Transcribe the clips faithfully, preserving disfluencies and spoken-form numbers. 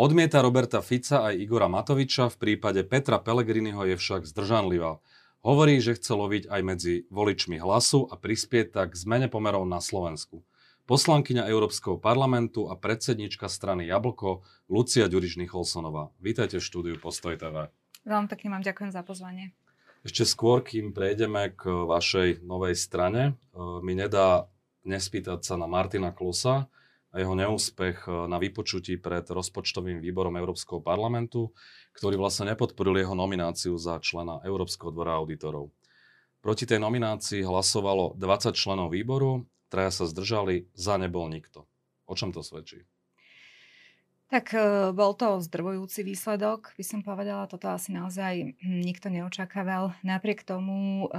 Odmieta Roberta Fica aj Igora Matoviča, v prípade Petra Pellegriniho je však zdržanlivá. Hovorí, že chce loviť aj medzi voličmi Hlasu a prispieť tak k zmene pomerov na Slovensku. Poslankyňa Európskeho parlamentu a predsednička strany Jablko Lucia Ďuriš-Nicholsonová. Vítajte v štúdiu Postoj té vé. Veľmi pekne vám ďakujem za pozvanie. Ešte skôr, kým prejdeme k vašej novej strane, mi nedá nespýtať sa na Martina Klusa a jeho neúspech na vypočutí pred rozpočtovým výborom Európskeho parlamentu, ktorý vlastne nepodporil jeho nomináciu za člena Európskeho dvora auditorov. Proti tej nominácii hlasovalo dvadsať členov výboru, traja sa zdržali, za nebol nikto. O čom to svedčí? Tak bol to zdrvujúci výsledok, by som povedala. Toto asi naozaj nikto neočakával. Napriek tomu,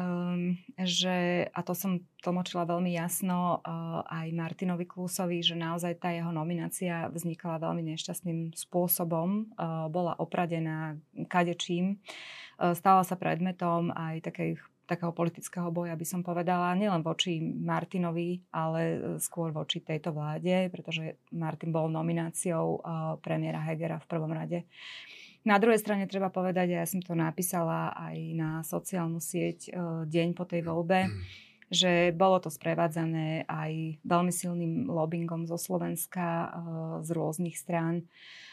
že, a to som tlmočila veľmi jasno aj Martinovi Klusovi, že naozaj tá jeho nominácia vznikala veľmi nešťastným spôsobom. Bola opradená kadečím. Stala sa predmetom aj takej takého politického boja, by som povedala, nielen voči Martinovi, ale skôr voči tejto vláde, pretože Martin bol nomináciou premiéra Hegera v prvom rade. Na druhej strane treba povedať, a ja som to napísala aj na sociálnu sieť deň po tej voľbe, že bolo to sprevádzané aj veľmi silným lobbyingom zo Slovenska, z rôznych strán.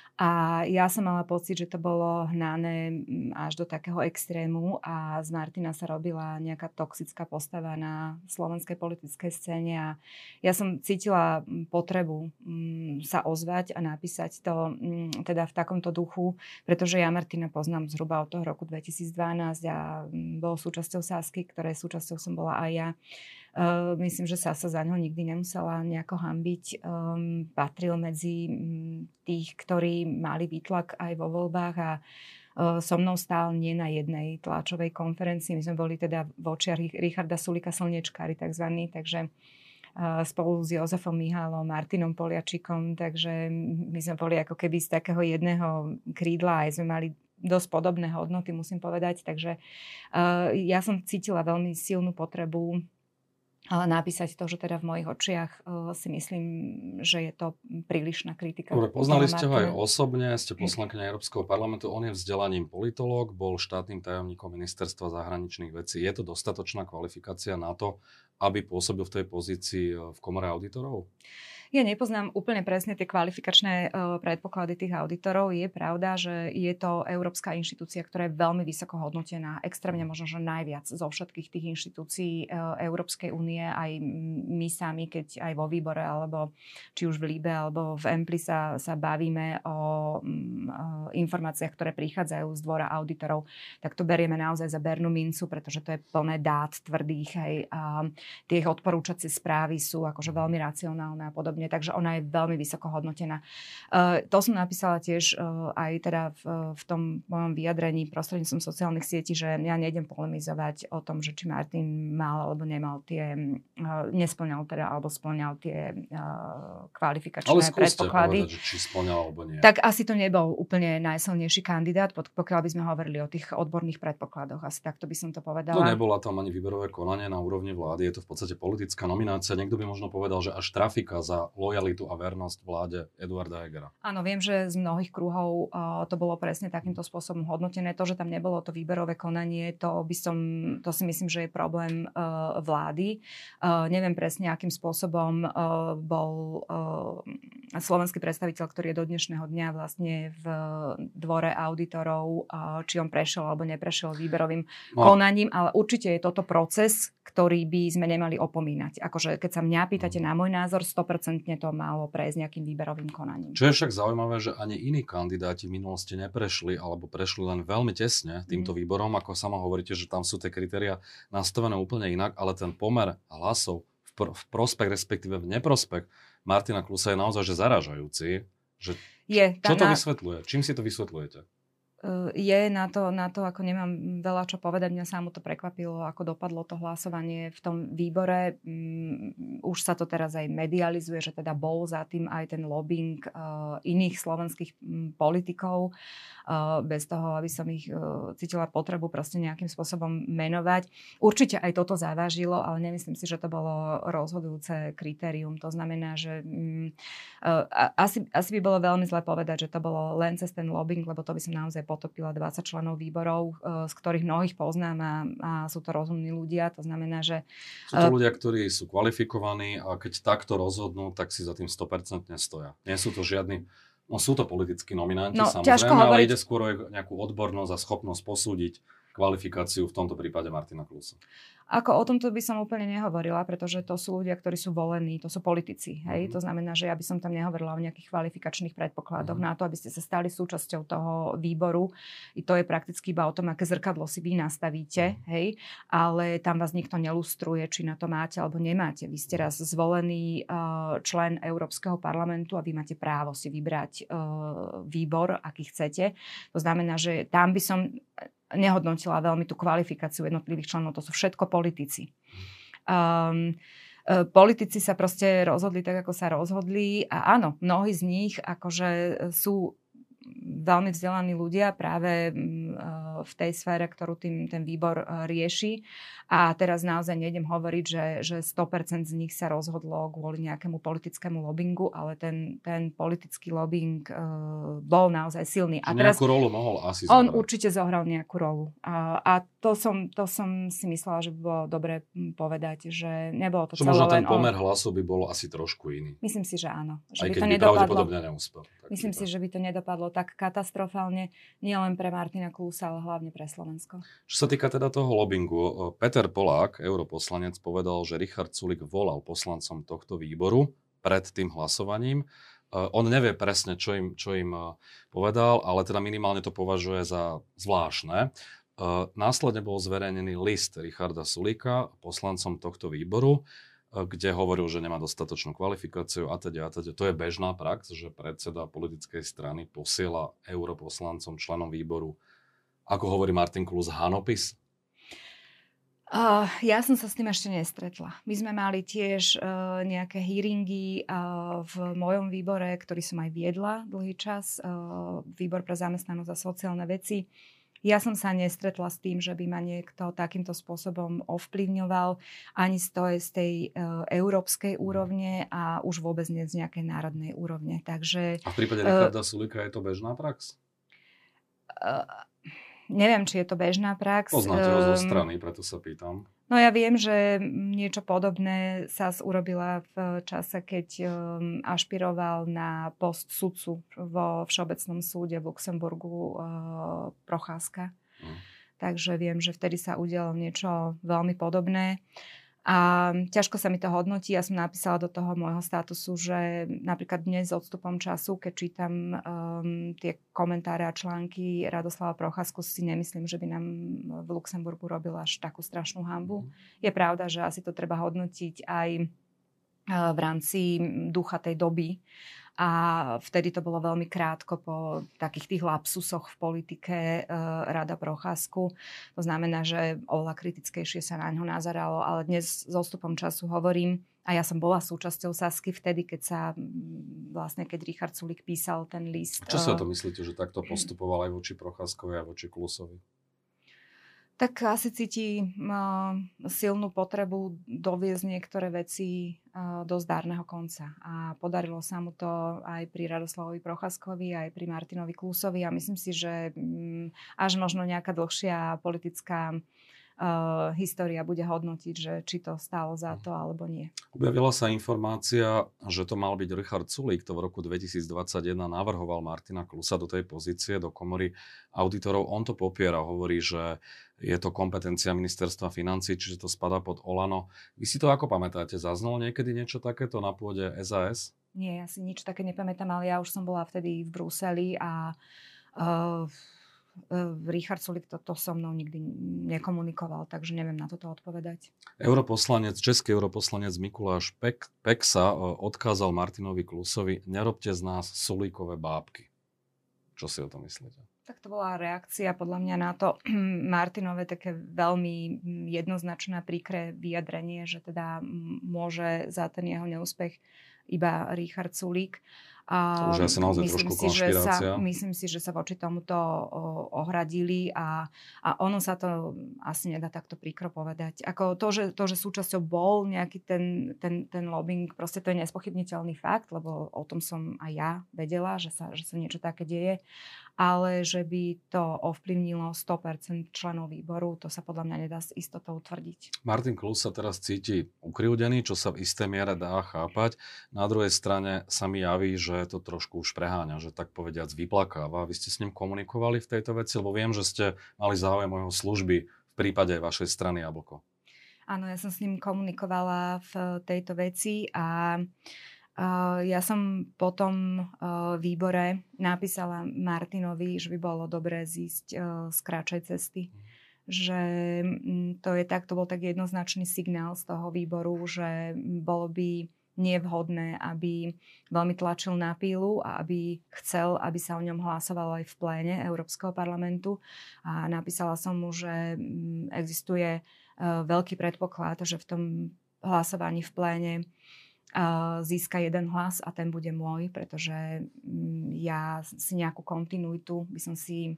A ja som mala pocit, že to bolo hnané až do takého extrému a z Martina sa robila nejaká toxická postava na slovenskej politickej scéne a ja som cítila potrebu sa ozvať a napísať to teda v takomto duchu, pretože ja Martina poznám zhruba od toho roku dvetisícdvanásť a bol súčasťou Sasky, ktorej súčasťou som bola aj ja. Uh, myslím, že sa sa za ňo nikdy nemusela nejako hanbiť. Um, patril medzi um, tých, ktorí mali výtlak aj vo voľbách a uh, so mnou stál nie na jednej tlačovej konferencii. My sme boli teda v očiach Richarda Sulíka slniečkári takzvaní, takže uh, spolu s Jozefom Mihálom, Martinom Poliačikom, takže my sme boli ako keby z takého jedného krídla, aj sme mali dosť podobné hodnoty, musím povedať. Takže uh, ja som cítila veľmi silnú potrebu napísať to, že teda v mojich očiach uh, si myslím, že je to prílišná kritika. Dobre, poznali ste ho aj osobne, ste poslankyňa Európskeho parlamentu, on je vzdelaním politológ, bol štátnym tajomníkom Ministerstva zahraničných vecí. Je to dostatočná kvalifikácia na to, aby pôsobil v tej pozícii v komore auditorov? Ja nepoznám úplne presne tie kvalifikačné uh, predpoklady tých auditorov. Je pravda, že je to európska inštitúcia, ktorá je veľmi vysoko hodnotená, extrémne možno, že najviac zo všetkých tých inštitúcií uh, Európskej únie. Aj my sami, keď aj vo výbore, alebo či už v Líbe, alebo v Empli sa, sa bavíme o um, uh, informáciách, ktoré prichádzajú z dvora auditorov, tak to berieme naozaj za bernú mincu, pretože to je plné dát tvrdých. Hej, a tie ich odporúčacie správy sú akože veľmi racionálne a podobne. Takže ona je veľmi vysoko hodnotená. Uh, to som napísala tiež uh, aj teda v, v tom mojom vyjadrení prostredníctvom sociálnych sietí, že ja nejdem polemizovať o tom, že či Martin mal alebo nemal tie, uh, nesplňal teda, alebo spĺňal tie uh, kvalifikačné ale predpoklady. Povedať, že či spĺňal alebo nie. Tak asi to nebol úplne najsilnejší kandidát, pokiaľ by sme hovorili o tých odborných predpokladoch. Asi takto by som to povedala. To nebola tam ani výberové konanie na úrovni vlády, je to v podstate politická nominácia. Niekto by možno povedal, že až trafika za lojalitu a vernosť vláde Eduarda Hegera. Áno, viem, že z mnohých kruhov uh, to bolo presne takýmto spôsobom hodnotené. To, že tam nebolo to výberové konanie, to by som, to si myslím, že je problém uh, vlády. Uh, neviem presne, akým spôsobom uh, bol uh, slovenský predstaviteľ, ktorý je do dnešného dňa vlastne v dvore auditorov, uh, či on prešiel alebo neprešiel výberovým no. konaním, ale určite je toto proces, ktorý by sme nemali opomínať. Akože keď sa mňa pýtate na môj názor, sto percent to malo prejsť nejakým výberovým konaním. Čo je však zaujímavé, že ani iní kandidáti v minulosti neprešli alebo prešli len veľmi tesne týmto mm. výborom. Ako sama hovoríte, že tam sú tie kritériá nastavené úplne inak, ale ten pomer hlasov v, pr- v prospech, respektíve v neprospech Martina Klusa je naozaj že zaražajúci. Že je, čo to na... vysvetľuje? Čím si to vysvetľujete? je na to, na to, ako nemám veľa čo povedať. Mňa samo to prekvapilo, ako dopadlo to hlasovanie v tom výbore. Už sa to teraz aj medializuje, že teda bol za tým aj ten lobbying iných slovenských politikov, bez toho, aby som ich cítila potrebu proste nejakým spôsobom menovať. Určite aj toto zavážilo, ale nemyslím si, že to bolo rozhodujúce kritérium. To znamená, že asi, asi by bolo veľmi zle povedať, že to bolo len cez ten lobbying, lebo to by som naozaj potopila dvadsať členov výborov, z ktorých mnohých poznám a, a sú to rozumní ľudia. To znamená, že... Sú to ľudia, ktorí sú kvalifikovaní a keď takto rozhodnú, tak si za tým sto percent stoja. Nie sú to žiadni... No sú to politickí nominanti, no, samozrejme, ale hovoriť... ide skôr o nejakú odbornosť a schopnosť posúdiť kvalifikáciu v tomto prípade Martina Klusa. Ako o tomto by som úplne nehovorila, pretože to sú ľudia, ktorí sú volení, to sú politici. Hej? Mm-hmm. To znamená, že ja by som tam nehovorila o nejakých kvalifikačných predpokladoch mm-hmm. na to, aby ste sa stali súčasťou toho výboru. I to je prakticky iba o tom, aké zrkadlo si vy nastavíte, hej? Ale tam vás nikto nelustruje, či na to máte alebo nemáte. Vy ste raz zvolený uh, člen Európskeho parlamentu a vy máte právo si vybrať uh, výbor, aký chcete. To znamená, že tam by som nehodnotila veľmi tú kvalifikáciu jednotlivých členov. To sú všetko politici. Um, politici sa proste rozhodli tak, ako sa rozhodli a áno, mnohí z nich akože sú veľmi vzdelaní ľudia práve v tej sfére, ktorú tým, ten výbor rieši. A teraz naozaj nejdem hovoriť, že, že sto percent z nich sa rozhodlo kvôli nejakému politickému lobbingu, ale ten, ten politický lobbying uh, bol naozaj silný. A teraz, nejakú rolu mohol asi zohrať. On určite zohral nejakú rolu. A, a to, som, to som si myslela, že by bolo dobre povedať, že nebolo to celé len... Možno ten pomer on... hlasov by bol asi trošku iný. Myslím si, že áno. Že Aj by keď to by nedopadlo, pravdepodobne neúspel. Myslím si, že by to nedopadlo tak katastrofálne, nielen pre Martina Klusa, ale hlavne pre Slovensko. Čo sa týka teda toho lobbingu, Peter Polák, europoslanec, povedal, že Richard Sulík volal poslancom tohto výboru pred tým hlasovaním. On nevie presne, čo im, čo im povedal, ale teda minimálne to považuje za zvláštne. Následne bol zverejnený list Richarda Sulíka poslancom tohto výboru, kde hovoril, že nemá dostatočnú kvalifikáciu a teda, a teda. To je bežná prax, že predseda politickej strany posiela europoslancom, členom výboru, ako hovorí Martin Klus, hanopis? Uh, ja som sa s tým ešte nestretla. My sme mali tiež uh, nejaké hearingy uh, v mojom výbore, ktorý som aj viedla dlhý čas, uh, výbor pre zamestnanosť a sociálne veci. Ja som sa nestretla s tým, že by ma niekto takýmto spôsobom ovplyvňoval ani z tej, z tej uh, európskej úrovne a už vôbec nie z nejakej národnej úrovne. Takže, a v prípade Richarda uh, Sulíka je to bežná prax? Uh, neviem, či je to bežná prax. Poznáte ho zo strany, preto sa pýtam. No ja viem, že niečo podobné sa urobila v čase, keď um, ašpiroval na post sudcu vo Všeobecnom súde v Luxemburgu uh, Procházka. Mm. Takže viem, že vtedy sa udialo niečo veľmi podobné. A ťažko sa mi to hodnotí. Ja som napísala do toho môjho statusu, že napríklad dnes s odstupom času, keď čítam um, tie komentáre a články Radoslava Procházku, si nemyslím, že by nám v Luxemburgu robil až takú strašnú hanbu. Je pravda, že asi to treba hodnotiť aj uh, v rámci ducha tej doby. A vtedy to bolo veľmi krátko po takých tých lapsusoch v politike e, Rada Procházku. To znamená, že oveľa kritickejšie sa na ňo nazeralo, ale dnes s odstupom času hovorím, a ja som bola súčasťou Sasky vtedy, keď sa vlastne, keď Richard Sulík písal ten list. Čo si o to myslíte, že takto postupoval aj voči Procházkovi a voči Klusovi? Tak asi cíti uh, silnú potrebu doviesť niektoré veci uh, do zdárneho konca. A podarilo sa mu to aj pri Radoslavovi Procházkovi, aj pri Martinovi Klusovi. A myslím si, že um, až možno nejaká dlhšia politická uh, história bude hodnotiť, že či to stálo za to, alebo nie. Objavila sa informácia, že to mal byť Richard Sulík, to v roku dvetisícdvadsaťjeden navrhoval Martina Klusa do tej pozície, do komory auditorov. On to popiera, hovorí, že je to kompetencia ministerstva financií, čiže to spadá pod Olano. Vy si to ako pamätáte? Zaznalo niekedy niečo takéto na pôde es a es? Nie, ja si nič také nepamätám, ale ja už som bola vtedy v Bruseli a uh, uh, Richard Sulík to, to so mnou nikdy nekomunikoval, takže neviem na toto odpovedať. Europoslanec, český europoslanec Mikuláš Pek, Peksa odkázal Martinovi Klusovi: nerobte z nás Sulíkové bábky. Čo si o tom myslíte? Tak to bola reakcia podľa mňa na to Martinové také veľmi jednoznačné príkre vyjadrenie, že teda môže za ten jeho neúspech iba Richard Sulík. To už asi naozaj myslím trošku si, že konšpirácia. sa, myslím si, že sa voči tomuto ohradili a, a ono sa to asi nedá takto príkro povedať. Ako to, že, to, že súčasťou bol nejaký ten, ten, ten lobbying, proste to je nespochybniteľný fakt, lebo o tom som aj ja vedela, že sa, že sa niečo také deje. Ale že by to ovplyvnilo sto percent členov výboru, to sa podľa mňa nedá s istotou tvrdiť. Martin Klus sa teraz cíti ukriúdený, čo sa v istej miere dá chápať. Na druhej strane sa mi javí, že to trošku už preháňa, že tak povediac vyplakáva. Vy ste s ním komunikovali v tejto veci, lebo viem, že ste mali záujem o jeho služby v prípade vašej strany Jablko. Áno, ja som s ním komunikovala v tejto veci a Uh, ja som po tom uh, výbore napísala Martinovi, že by bolo dobré zísť uh, z kratšej cesty. Že um, to je tak, to bol tak jednoznačný signál z toho výboru, že bolo by nevhodné, aby veľmi tlačil na pílu a aby chcel, aby sa o ňom hlasovalo aj v pléne Európskeho parlamentu. A napísala som mu, že um, existuje uh, veľký predpoklad, že v tom hlasovaní v pléne získa jeden hlas a ten bude môj, pretože ja si nejakú kontinuitu by som si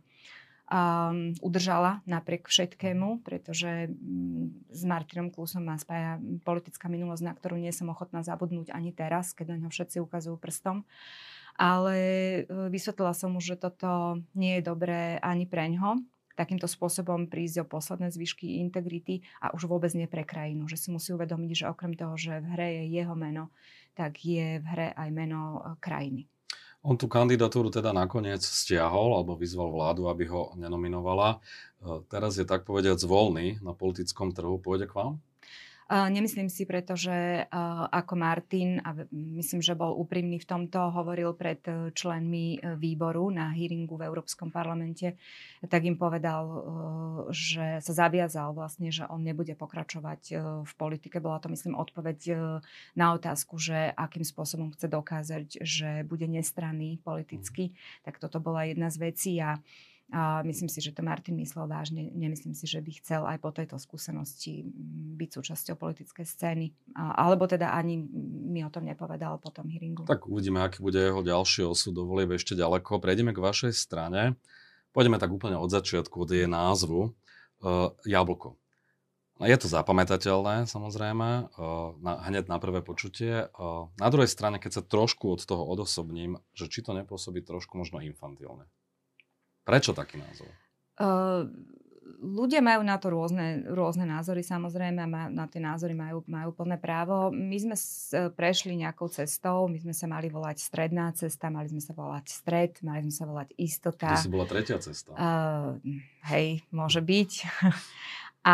um, udržala napriek všetkému, pretože um, s Martinom Klusom ma spája politická minulosť, na ktorú nie som ochotná zabudnúť ani teraz, keď na ňo všetci ukazujú prstom. Ale vysvetlila som mu, že toto nie je dobré ani preňho, takýmto spôsobom prísť o posledné zvyšky integrity a už vôbec nie pre krajinu. Že si musí uvedomiť, že okrem toho, že v hre je jeho meno, tak je v hre aj meno krajiny. On tú kandidatúru teda nakoniec stiahol alebo vyzval vládu, aby ho nenominovala. Teraz je tak povediac voľný na politickom trhu. Pôjde k vám? Nemyslím si, pretože ako Martin, a myslím, že bol úprimný v tomto, hovoril pred členmi výboru na hearingu v Európskom parlamente, tak im povedal, že sa zaviazal vlastne, že on nebude pokračovať v politike. Bola to, myslím, odpoveď na otázku, že akým spôsobom chce dokázať, že bude nestranný politicky. Tak toto bola jedna z vecí a A myslím si, že to Martin myslel vážne. Nemyslím si, že by chcel aj po tejto skúsenosti byť súčasťou politickej scény. Alebo teda ani mi o tom nepovedal po tom hearingu. Tak uvidíme, aký bude jeho ďalší osud. Do volieb ešte ďaleko. Prejdeme k vašej strane. Pôjdeme tak úplne od začiatku, od jej názvu. Uh, Jablko. Je to zapamätateľné, samozrejme, uh, na, hneď na prvé počutie. Uh, na druhej strane, keď sa trošku od toho odosobním, že či to nepôsobí trošku možno infantilne. Prečo taký názov? Uh, ľudia majú na to rôzne, rôzne názory, samozrejme, a na tie názory majú, majú plné právo. My sme s, prešli nejakou cestou, my sme sa mali volať stredná cesta, mali sme sa volať stred, mali sme sa volať istota. To si bola tretia cesta. Uh, hej, môže byť. A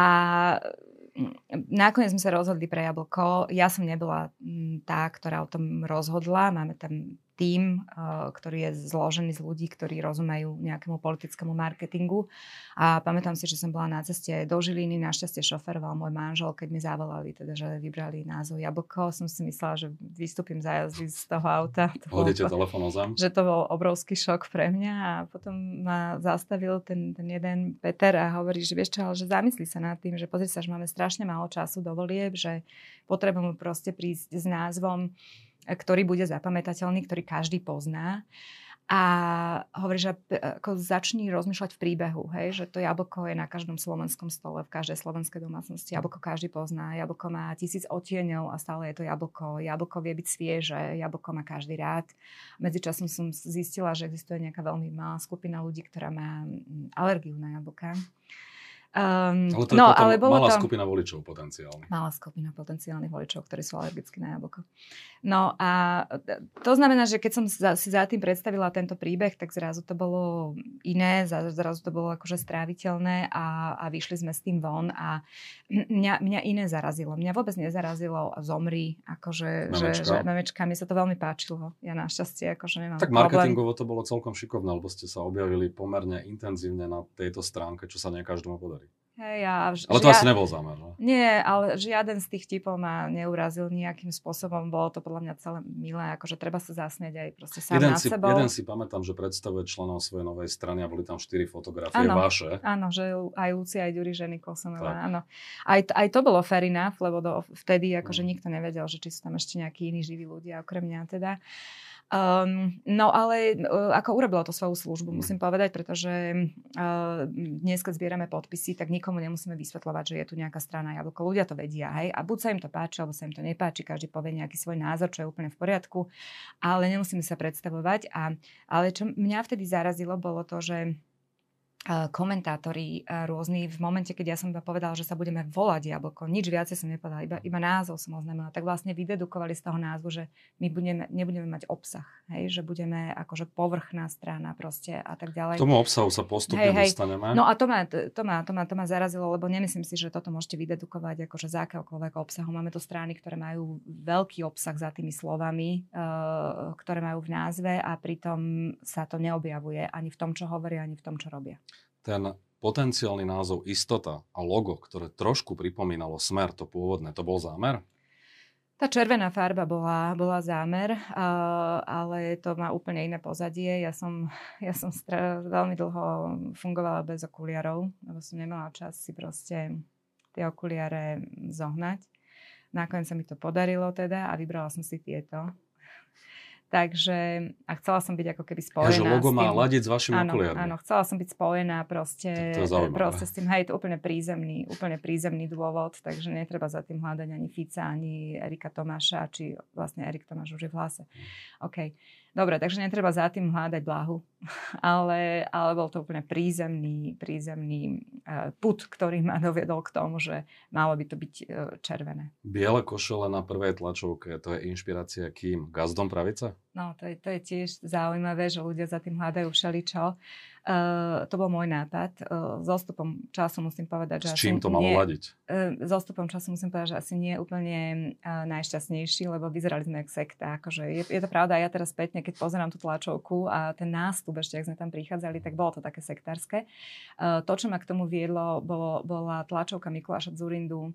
nakoniec sme sa rozhodli pre Jablko. Ja som nebola tá, ktorá o tom rozhodla. Máme tam tím, ktorý je zložený z ľudí, ktorí rozumejú nejakému politickému marketingu. A pamätám si, že som bola na ceste do Žiliny, našťastie šoferoval môj manžel, keď mi zavolali, teda, že vybrali názov Jablko. Som si myslela, že vystúpim za jazdy z toho auta. To Hodíte telefón o zem? Že to bol obrovský šok pre mňa a potom ma zastavil ten, ten jeden Peter a hovorí, že vieš čo, ale že zamyslí sa nad tým, že pozri sa, že máme strašne málo času do volieb, že potrebujeme proste prísť s názvom, ktorý bude zapamätateľný, ktorý každý pozná. A hovorí, že ako začni rozmýšľať v príbehu, hej? Že to jablko je na každom slovenskom stole, v každej slovenskej domácnosti. Jablko každý pozná, jablko má tisíc odtieňov a stále je to jablko. Jablko vie byť svieže, jablko má každý rád. Medzičasom som zistila, že existuje nejaká veľmi malá skupina ľudí, ktorá má alergiu na jablka. Um, ale to je no, potom ale bolo malá to... skupina voličov potenciálnych. Malá skupina potenciálnych voličov, ktorí sú alergickí na jablko. No a to znamená, že keď som si za tým predstavila tento príbeh, tak zrazu to bolo iné, zrazu to bolo akože stráviteľné a, a vyšli sme s tým von a mňa, mňa iné zarazilo. Mňa vôbec nezarazilo zomri, akože memečka. Že, že memečka. Mne sa to veľmi páčilo. Ja našťastie akože nemám tak problém. marketingovo to bolo celkom šikovné, lebo ste sa objavili pomerne intenzívne na tejto stránke, čo sa nie každému podarí. Hej, ja, ale to žia... asi nebol zámer, že? Nie, ale žiaden z tých tipov ma neurazil nejakým spôsobom. Bolo to podľa mňa celé milé, akože treba sa zasmiať aj proste sám jeden nad si, sebou. Jeden si pamätám, že predstavuje členov svojej novej strany a boli tam štyri fotografie áno, vaše. Áno, že aj Lucia, aj Ďuri Ženikosonová, áno. Aj, aj to bolo fair enough, lebo do, vtedy akože mm. nikto nevedel, že či sú tam ešte nejakí iní živí ľudia, okrem mňa teda. Um, no ale uh, ako urobilo to svoju službu, mm. musím povedať, pretože uh, dnes, keď zbierame podpisy, tak nikomu nemusíme vysvetľovať, že je tu nejaká strana Jablko. Ľudia to vedia, hej. A buď sa im to páči, alebo sa im to nepáči, každý povie nejaký svoj názor, čo je úplne v poriadku, ale nemusíme sa predstavovať. A, ale čo mňa vtedy zarazilo, bolo to, že komentátori rôzni v momente, keď ja som iba povedala, že sa budeme volať Jablko, nič viacej som nepovedala, iba, iba názov som oznámila, tak vlastne vydedukovali z toho názvu, že my budeme, nebudeme mať obsah, hej, že budeme akože povrchná strana proste a tak ďalej. K tomu obsahu sa postupne hej, dostaneme. No a to ma, to, ma, to, ma, to ma zarazilo, lebo nemyslím si, že toto môžete vydedukovať akože z akéhokoľvek obsahu. Máme tu strany, ktoré majú veľký obsah za tými slovami, uh, ktoré majú v názve a pritom sa to neobjavuje ani v tom, čo hovoria, ani v tom, čo robia. Ten potenciálny názov Istota a logo, ktoré trošku pripomínalo Smer, to pôvodné, to bol zámer? Tá červená farba bola, bola zámer, uh, ale to má úplne iné pozadie. Ja som, ja som stra- veľmi dlho fungovala bez okuliarov, lebo som nemala čas si proste tie okuliare zohnať. Nakoniec sa mi to podarilo teda a vybrala som si tieto. Takže, a chcela som byť ako keby spojená ja, že logo s tým. má ladiť s vašimi áno, okuliarmi. Áno, chcela som byť spojená proste, proste s tým, hej, to úplne prízemný, úplne prízemný dôvod, takže netreba za tým hľadať ani Fica, ani Erika Tomáša, či vlastne Erik Tomáš už je v Hlase. OK. Dobre, takže netreba za tým hľadať blahu, ale, ale bol to úplne prízemný, prízemný uh, put, ktorý ma doviedol k tomu, že malo by to byť uh, červené. Biele košele na prvej tlačovke, to je inšpirácia kým? Gazdom pravice? No, to je, to je tiež zaujímavé, že ľudia za tým hľadajú všeličo. Uh, to bol môj nápad. Uh, s odstupom času musím povedať, že... S čím to malo nie, ladiť? Uh, s odstupom času musím povedať, že asi nie je úplne uh, najšťastnejší, lebo vyzerali sme jak sekta. Akože je, je to pravda, ja teraz spätne, keď pozerám tú tlačovku a ten nástup, ešte ak sme tam prichádzali, tak bolo to také sektárske. Uh, to, čo ma k tomu viedlo, bolo, bola tlačovka Mikuláša Dzurindu,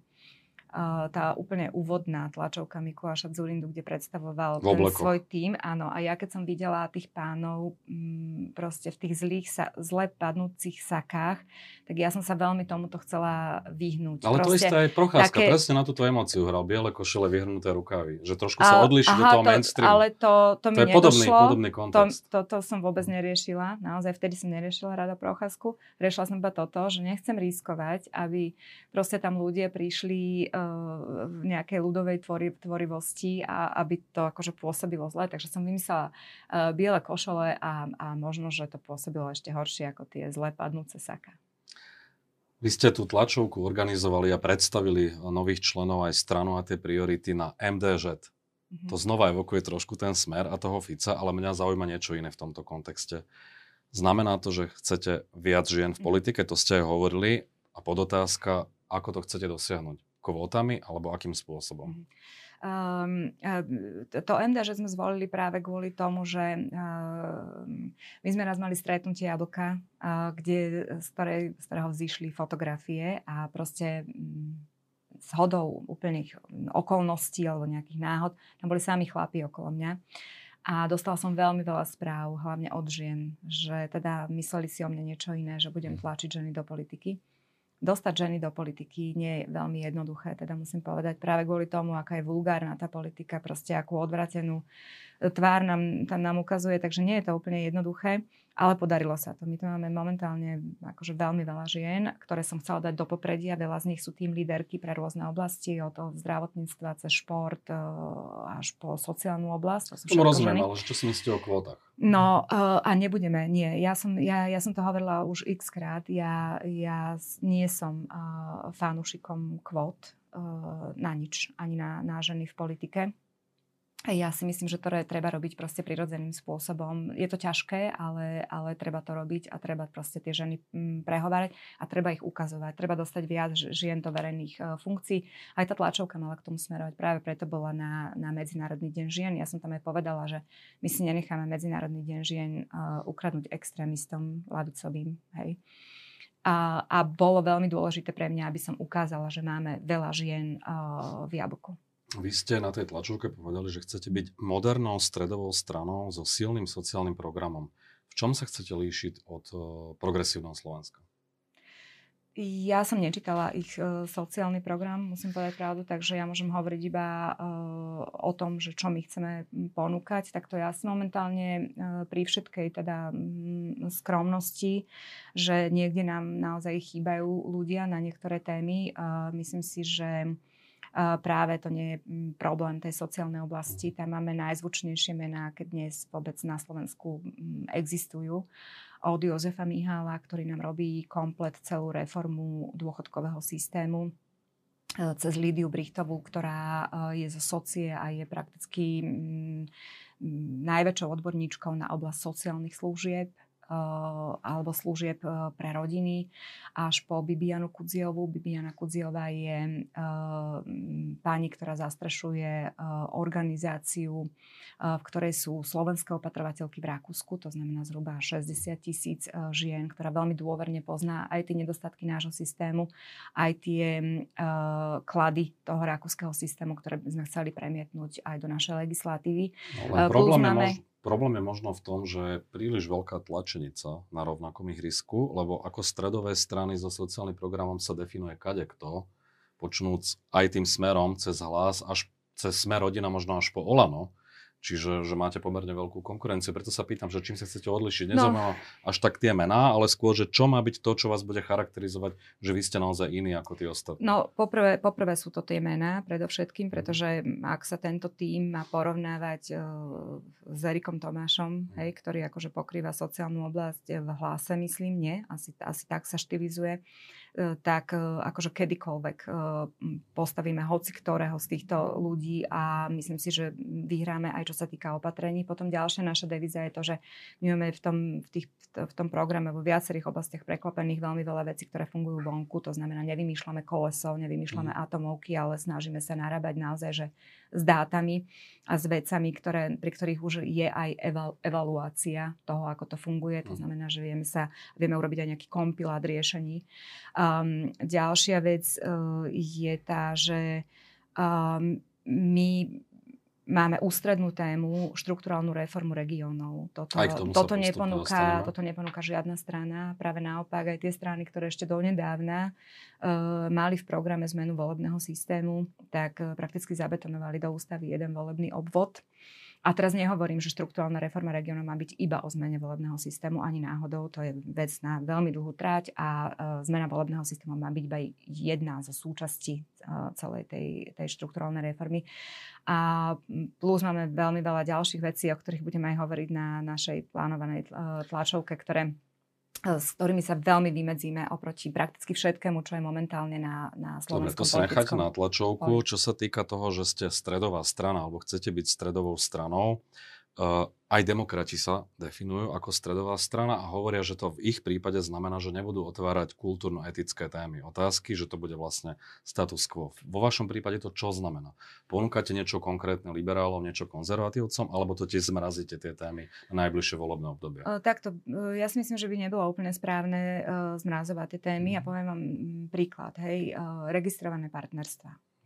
tá úplne úvodná tlačovka Mikuláša Dzurindu, kde predstavoval ten svoj tím. Áno, a ja keď som videla tých pánov m, proste v tých zlých, sa, zle padnúcich sakách, tak ja som sa veľmi tomuto chcela vyhnúť. Ale proste, to isté aj Procházka, také... presne na túto emóciu hral. Biele košele, vyhrnuté rukávy. Že trošku sa odlíši do toho to, mainstreamu. Ale to, to, to mi je podobný, nedošlo. podobný kontext. To, to, to som vôbec neriešila. Naozaj vtedy som neriešila Rada Procházku. Riešila som iba toto, že nechcem riskovať, aby proste tam ľudia prišli uh, v nejakej ľudovej tvori, tvorivosti a aby to akože pôsobilo zle. Takže som vymyslela uh, biele košele a, a možno, že to pôsobilo ešte horšie ako tie zle padnúce saka. Vy ste tú tlačovku organizovali a predstavili nových členov aj stranu a tie priority na em dé žet. Mm-hmm. To znova evokuje trošku ten Smer a toho Fica, ale mňa zaujíma niečo iné v tomto kontexte. Znamená to, že chcete viac žien v politike, to ste aj hovorili, a podotázka, ako to chcete dosiahnuť? Kvótami alebo akým spôsobom? Um, to em dé, že sme zvolili práve kvôli tomu, že um, my sme raz mali stretnutie Jablka, uh, kde, z, ktorej, z ktorého vzýšli fotografie a proste um, s hodou úplných okolností alebo nejakých náhod, tam boli sami chlapi okolo mňa. A dostala som veľmi veľa správ, hlavne od žien, že teda mysleli si o mne niečo iné, že budem tlačiť ženy do politiky. Dostať ženy do politiky nie je veľmi jednoduché, teda musím povedať, práve kvôli tomu, aká je vulgárna tá politika, proste akú odvratenú tvár nám, tam nám ukazuje, takže nie je to úplne jednoduché, ale podarilo sa to. My tu máme momentálne akože veľmi veľa žien, ktoré som chcela dať do popredia, veľa z nich sú tým líderky pre rôzne oblasti, od toho zdravotníctva cez šport až po sociálnu oblasť. To Tomu rozumiem, ale čo si myslíte o kvótach? No a nebudeme, nie. Ja som, ja, ja som to hovorila už x krát. Ja, ja nie som uh, fanúšikom kvót uh, na nič, ani na, na ženy v politike. Ja si myslím, že to je treba robiť proste prirodzeným spôsobom. Je to ťažké, ale, ale treba to robiť a treba proste tie ženy prehovárať a treba ich ukazovať. Treba dostať viac žien do verejných uh, funkcií. Aj tá tlačovka mala k tomu smerovať. Práve preto bola na, na Medzinárodný deň žien. Ja som tam aj povedala, že my si nenecháme Medzinárodný deň žien uh, ukradnúť extrémistom ľavicovým. Hej. A, a bolo veľmi dôležité pre mňa, aby som ukázala, že máme veľa žien uh, v Jablku. Vy ste na tej tlačovke povedali, že chcete byť modernou stredovou stranou so silným sociálnym programom. V čom sa chcete líšiť od uh, progresívneho Slovenska? Ja som nečítala ich uh, sociálny program, musím povedať pravdu, takže ja môžem hovoriť iba uh, o tom, že čo my chceme ponúkať. Tak to ja som momentálne uh, pri všetkej teda um, skromnosti, že niekde nám naozaj chýbajú ľudia na niektoré témy. Uh, myslím si, že uh, práve to nie je problém tej sociálnej oblasti. Tam máme najzvučnejšie mená, keď dnes vôbec na Slovensku um, existujú. Od Jozefa Mihála, ktorý nám robí komplet celú reformu dôchodkového systému, cez Lídiu Brichtovú, ktorá je zo socie a je prakticky najväčšou odborníčkou na oblasť sociálnych služieb alebo služieb pre rodiny, až po Bibianu Kudziovú. Bibiana Kudziová je pani, ktorá zastrešuje organizáciu, v ktorej sú slovenské opatrovateľky v Rakúsku, to znamená zhruba šesťdesiat tisíc žien, ktorá veľmi dôverne pozná aj tie nedostatky nášho systému, aj tie klady toho rakúskeho systému, ktoré by sme chceli premietnúť aj do našej legislatívy. No, problém máme... je možno... Problém je možno v tom, že je príliš veľká tlačenica na rovnakom ihrisku, lebo ako stredové strany so sociálnym programom sa definuje kadekto, počnúc aj tým smerom cez Hlas, až cez Smer rodina, možno až po Olano. Čiže že máte pomerne veľkú konkurenciu. Preto sa pýtam, že čím sa chcete odlišiť. Nezaujímavé no. až tak tie mená, ale skôr, že čo má byť to, čo vás bude charakterizovať, že vy ste naozaj iní ako tí ostatní. No, poprvé, poprvé sú to tie mená, predovšetkým, pretože ak sa tento tím má porovnávať uh, s Erikom Tomášom, hej, ktorý akože pokrýva sociálnu oblasť v Hlase, myslím, nie, asi, asi tak sa štilizuje, uh, tak uh, akože kedykoľvek uh, postavíme hoci ktorého z týchto ľudí a myslím si, že vyhráme aj čo sa týka opatrení. Potom ďalšia naša devíza je to, že my máme v tom, v tých, v tom programe vo viacerých oblastiach preklopených veľmi veľa vecí, ktoré fungujú vonku. To znamená, nevymýšľame koleso, nevymýšľame mm. atomovky, ale snažíme sa narábať naozaj že s dátami a s vecami, ktoré, pri ktorých už je aj eval, evaluácia toho, ako to funguje. To znamená, že vieme, sa, vieme urobiť aj nejaký kompilát riešení. Um, ďalšia vec uh, je tá, že um, my máme ústrednú tému štrukturálnu reformu regiónov. Toto, toto, neponúka, toto neponúka žiadna strana. Práve naopak aj tie strany, ktoré ešte donedávna uh, mali v programe zmenu volebného systému, tak uh, prakticky zabetonovali do ústavy jeden volebný obvod. A teraz nehovorím, že štrukturálna reforma regiónov má byť iba o zmene volebného systému, ani náhodou. To je vec na veľmi dlhú tráť a uh, zmena volebného systému má byť iba jedna zo súčastí uh, celej tej, tej štrukturálnej reformy. A plus máme veľmi veľa ďalších vecí, o ktorých budeme aj hovoriť na našej plánovanej uh, tlačovke, ktoré s ktorými sa veľmi vymedzíme oproti prakticky všetkému, čo je momentálne na, na slovenskom politickom. Dobre, to sa necháte na tlačovku. Čo sa týka toho, že ste stredová strana, alebo chcete byť stredovou stranou, uh, aj demokrati sa definujú ako stredová strana a hovoria, že to v ich prípade znamená, že nebudú otvárať kultúrno-etické témy, otázky, že to bude vlastne status quo. Vo vašom prípade to čo znamená? Ponúkate niečo konkrétne liberálom, niečo konzervatívcom, alebo to tiež zmrazíte tie témy na najbližšie volebné obdobie? Uh, takto, uh, ja si myslím, že by nebolo úplne správne uh, zmrazovať tie témy. Mm. Ja poviem vám príklad. Hej, uh, registrované partnerstvá.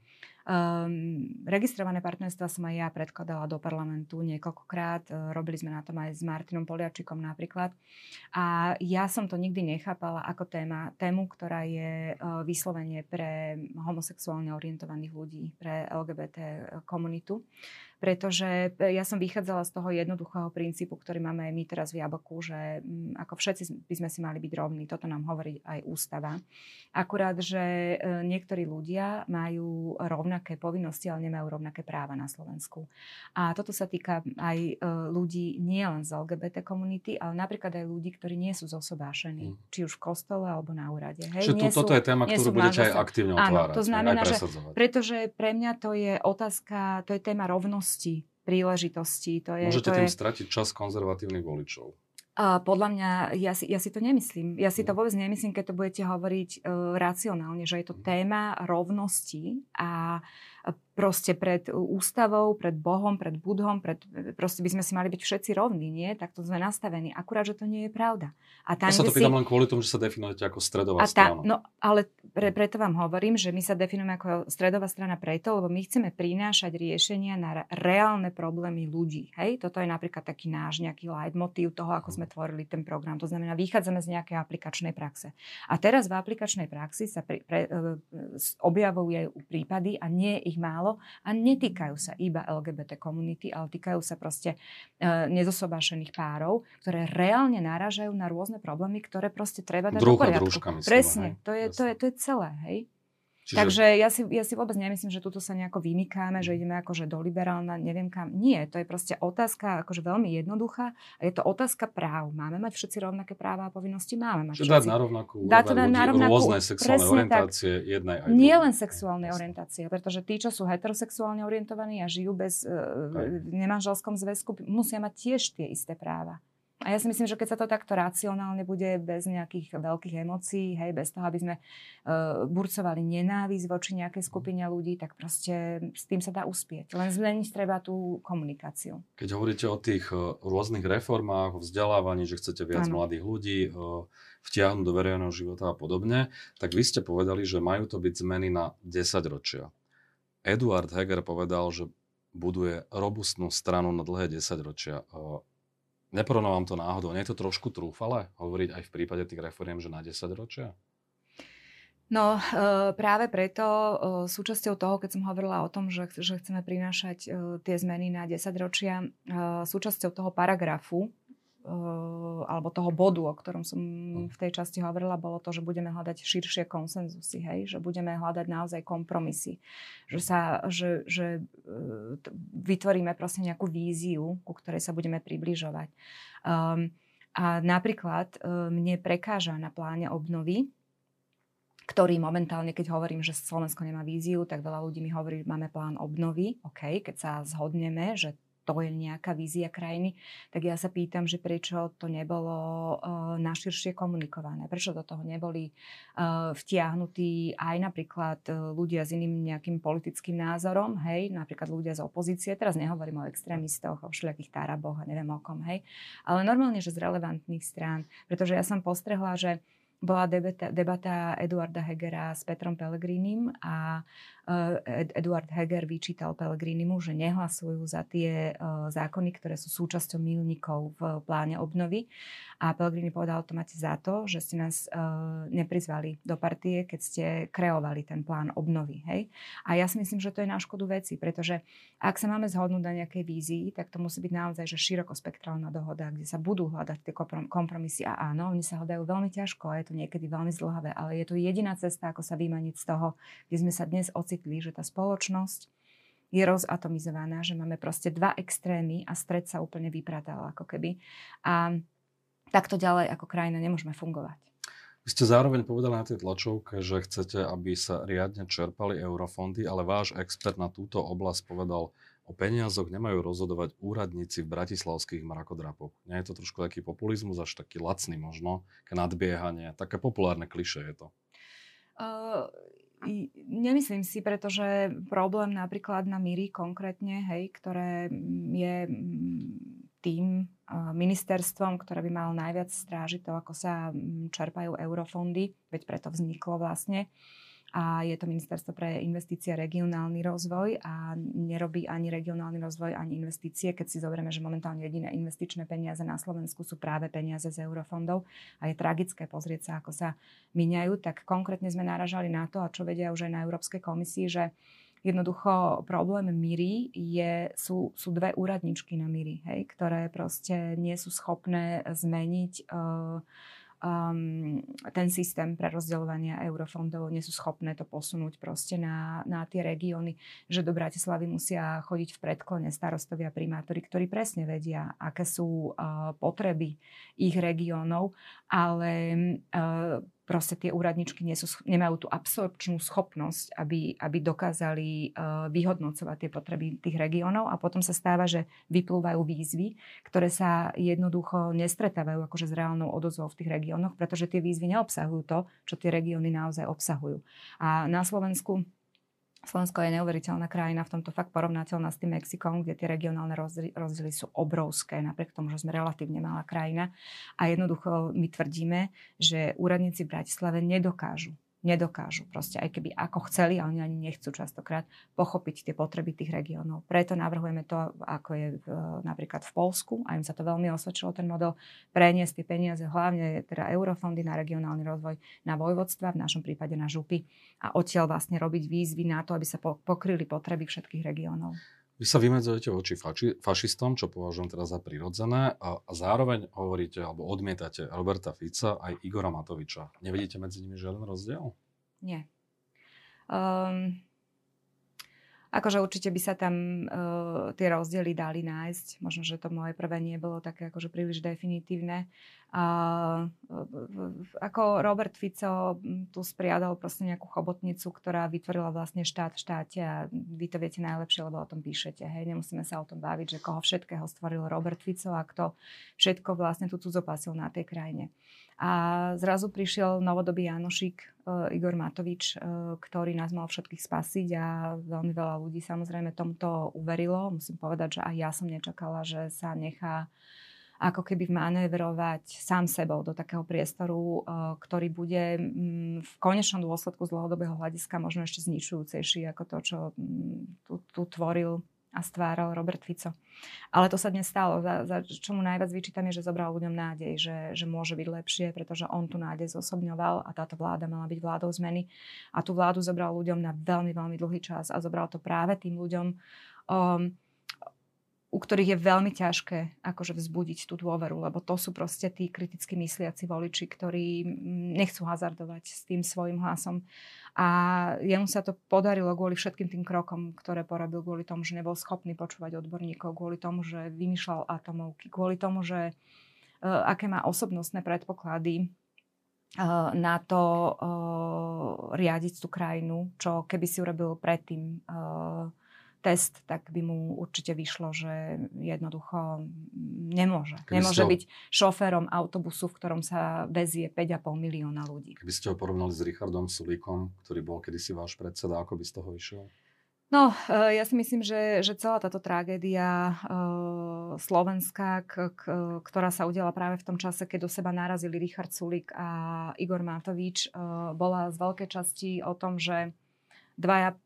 Um, registrované partnerstva som aj ja predkladala do parlamentu niekoľkokrát. Uh, robili sme na tom aj s Martinom Poliačikom napríklad. A ja som to nikdy nechápala ako téma, tému, ktorá je uh, vyslovene pre homosexuálne orientovaných ľudí, pre el gé bé té komunitu. Pretože ja som vychádzala z toho jednoduchého princípu, ktorý máme aj my teraz v Jablku, že um, ako všetci by sme si mali byť rovní. Toto nám hovorí aj ústava. Akurát, že uh, niektorí ľudia majú rovnaké povinnosti, ale nemajú rovnaké práva na Slovensku. A toto sa týka aj uh, ľudí nie len z el gé bé té komunity, ale napríklad aj ľudí, ktorí nie sú zosobášení. Mm. Či už v kostole, alebo na úrade. Hej? Čiže tu, toto je téma, ktorú budete aj aktívne otvárať. Áno, to znamená, že pretože pre mňa to je otázka, to je téma rovnosti, príležitosti. To je, Môžete to tým je... stratiť čas konzervatívnych voličov. Uh, podľa mňa, ja si, ja si to nemyslím. Ja si to vôbec nemyslím, keď to budete hovoriť uh, racionálne, že je to téma rovnosti a proste pred ústavou, pred Bohom, pred Budhom, pred, proste by sme si mali byť všetci rovní, nie? Tak to sme nastavení. Akurát, že to nie je pravda. A tam, ja sa to si... pýtam len kvôli tomu, že sa definujete ako stredová a tá, strana. No, ale pre, preto vám hovorím, že my sa definujeme ako stredová strana preto, lebo my chceme prinášať riešenia na reálne problémy ľudí. Hej? Toto je napríklad taký náš nejaký leitmotív toho, ako sme tvorili ten program. To znamená, vychádzame z nejakej aplikačnej praxe. A teraz v aplikačnej praxi sa pri, pre, objavujú prípady a nie ich málo a netýkajú sa iba el gé bé té komunity, ale týkajú sa proste e, nezosobášených párov, ktoré reálne narážajú na rôzne problémy, ktoré proste treba dať do poriadku. Družka, myslím, Presne, hej? to je, to, je, to je celé, hej. Čiže... Takže ja si, ja si vôbec nemyslím, že tuto sa nejako vymykáme, že ideme akože do liberálna, neviem kam. Nie, to je proste otázka akože veľmi jednoduchá a je to otázka práv. Máme mať všetci rovnaké práva a povinnosti? Máme mať všetci. všetci. Dať na rovnakú Dá to ľudí, na rovnakú, rôzne sexuálne orientácie, tak, jednej aj nie druhej. len sexuálne orientácie, pretože tí, čo sú heterosexuálne orientovaní a žijú bez uh, nemanželskom zväzku, musia mať tiež tie isté práva. A ja si myslím, že keď sa to takto racionálne bude, bez nejakých veľkých emócií, hej, bez toho, aby sme uh, burcovali nenávisť voči nejakej skupine ľudí, tak proste s tým sa dá uspieť. Len zmeniť treba tú komunikáciu. Keď hovoríte o tých uh, rôznych reformách, o vzdelávaní, že chcete viac ano. mladých ľudí uh, vtiahnuť do verejného života a podobne, tak vy ste povedali, že majú to byť zmeny na desaťročia. Eduard Heger povedal, že buduje robustnú stranu na dlhé desaťročia. Uh, Neporovnávam to náhodou. Nie je to trošku trúfale hovoriť aj v prípade tých reforiem, že na desaťročia? No práve preto súčasťou toho, keď som hovorila o tom, že, že chceme prinášať tie zmeny na desaťročia, súčasťou toho paragrafu alebo toho bodu, o ktorom som v tej časti hovorila, bolo to, že budeme hľadať širšie konsenzusy, hej? Že budeme hľadať naozaj kompromisy, že, sa, že, že vytvoríme proste nejakú víziu, ku ktorej sa budeme približovať. Um, a napríklad um, mne prekáža na pláne obnovy, ktorý momentálne, keď hovorím, že Slovensko nemá víziu, tak veľa ľudí mi hovorí, že máme plán obnovy. OK, keď sa zhodneme, že to je nejaká vízia krajiny, tak ja sa pýtam, že prečo to nebolo uh, naširšie komunikované. Prečo do toho neboli uh, vtiahnutí aj napríklad uh, ľudia s iným nejakým politickým názorom, hej, napríklad ľudia z opozície. Teraz nehovorím o extrémistoch, o všelijakých taraboch a neviem o kom, hej. Ale normálne, že z relevantných strán. Pretože ja som postrehla, že bola debata, debata Eduarda Hegera s Petrom Pellegrinim a Eduard Heger vyčítal Pellegrinimu, že nehlasujú za tie zákony, ktoré sú súčasťou míľnikov v pláne obnovy. A Pellegrini povedal, to máte za to, že ste nás neprizvali do partie, keď ste kreovali ten plán obnovy. Hej? A ja si myslím, že to je na škodu veci, pretože ak sa máme zhodnúť na nejakej vízii, tak to musí byť naozaj že širokospektrálna dohoda, kde sa budú hľadať tie kompromisy. A áno, oni sa hľadajú veľmi ťažko a je to niekedy veľmi zdĺhavé, ale je to jediná cesta, ako sa vymaniť z toho, kde sme sa dnes ocitli, že tá spoločnosť je rozatomizovaná, že máme proste dva extrémy a stred sa úplne vypratal ako keby. A takto ďalej ako krajina nemôžeme fungovať. Vy ste zároveň povedali na tej tlačovke, že chcete, aby sa riadne čerpali eurofondy, ale váš expert na túto oblasť povedal, o peniazoch nemajú rozhodovať úradníci v bratislavských mrakodrapoch. Nie je to trošku taký populizmus, až taký lacný možno, také nadbiehanie, také populárne klišé je to? Uh... Nemyslím si, pretože problém napríklad na Miri konkrétne, hej, ktoré je tým ministerstvom, ktoré by malo najviac strážiť to, ako sa čerpajú eurofondy, veď preto vzniklo vlastne. A je to ministerstvo pre investície a regionálny rozvoj a nerobí ani regionálny rozvoj, ani investície, keď si zoberieme, že momentálne jediné investičné peniaze na Slovensku sú práve peniaze z eurofondov a je tragické pozrieť sa, ako sa míňajú, tak konkrétne sme naražali na to, a čo vedia už aj na Európskej komisii, že jednoducho problém Miri je, sú, sú dve úradničky na Miri, hej, ktoré proste nie sú schopné zmeniť uh, Um, ten systém pre rozdeľovania eurofondov, nie sú schopné to posunúť proste na, na tie regióny, že do Bratislavy musia chodiť v predklone starostovia, primátori, ktorí presne vedia, aké sú uh, potreby ich regiónov, ale uh, proste tie úradničky nie sú, nemajú tú absorpčnú schopnosť, aby, aby dokázali uh, vyhodnocovať tie potreby tých regiónov a potom sa stáva, že vyplúvajú výzvy, ktoré sa jednoducho nestretávajú akože s reálnou odozvou v tých regiónoch, pretože tie výzvy neobsahujú to, čo tie regióny naozaj obsahujú. A na Slovensku Slovensko je neuveriteľná krajina, v tomto fakt porovnateľná s tým Mexikom, kde tie regionálne rozdiely sú obrovské, napriek tomu, že sme relatívne malá krajina. A jednoducho my tvrdíme, že úradníci v Bratislave nedokážu nedokážu proste, aj keby ako chceli, a oni ani nechcú častokrát pochopiť tie potreby tých regiónov. Preto navrhujeme to, ako je v, napríklad v Poľsku, a im sa to veľmi osvedčilo, ten model, preniesť tie peniaze, hlavne teda eurofondy na regionálny rozvoj, na vojvodstva, v našom prípade na župy, a odtiaľ vlastne robiť výzvy na to, aby sa pokryli potreby všetkých regiónov. Vy sa vymedzujete voči fači, fašistom, čo považujem teda za prirodzené, a, a zároveň hovoríte alebo odmietate Roberta Fica aj Igora Matoviča. Nevidíte medzi nimi žiaden rozdiel? Nie. Um, akože určite by sa tam uh, tie rozdiely dali nájsť. Možno, že to moje prvé nie bolo také akože príliš definitívne. Uh, ako Robert Fico tu spriadal proste nejakú chobotnicu, ktorá vytvorila vlastne štát v štáte, a vy to viete najlepšie, lebo o tom píšete. Hej? Nemusíme sa o tom baviť, že koho všetkého stvoril Robert Fico a kto všetko vlastne tu cudzopasil na tej krajine. A zrazu prišiel novodobý Janošik, uh, Igor Matovič, uh, ktorý nás mal všetkých spasiť, a veľmi veľa ľudí samozrejme tomto uverilo. Musím povedať, že aj ja som nečakala, že sa nechá ako keby manévrovať sám sebou do takého priestoru, ktorý bude v konečnom dôsledku z dlhodobého hľadiska možno ešte zničujúcejší ako to, čo tu, tu tvoril a stváral Robert Fico. Ale to sa dnes stalo. Za, za čo mu najviac vyčítam je, že zobral ľuďom nádej, že, že môže byť lepšie, pretože on tu nádej zosobňoval, a táto vláda mala byť vládou zmeny. A tú vládu zobral ľuďom na veľmi, veľmi dlhý čas, a zobral to práve tým ľuďom, um, u ktorých je veľmi ťažké akože vzbudiť tú dôveru, lebo to sú proste tí kriticky mysliaci voliči, ktorí nechcú hazardovať s tým svojim hlasom. A jemu sa to podarilo kvôli všetkým tým krokom, ktoré porobil, kvôli tomu, že nebol schopný počúvať odborníkov, kvôli tomu, že vymýšľal atomovky, kvôli tomu, že uh, aké má osobnostné predpoklady uh, na to uh, riadiť tú krajinu, čo keby si urobil predtým uh, test, tak by mu určite vyšlo, že jednoducho nemôže. Keby nemôže ho... byť šoférom autobusu, v ktorom sa vezie päť a pol milióna ľudí. Keby ste ho porovnali s Richardom Sulíkom, ktorý bol kedysi váš predseda, ako by z toho vyšiel? No, ja si myslím, že, že celá táto tragédia uh, Slovenska, k, k, ktorá sa udiala práve v tom čase, keď do seba narazili Richard Sulík a Igor Matovič, uh, bola z veľkej časti o tom, že dvaja...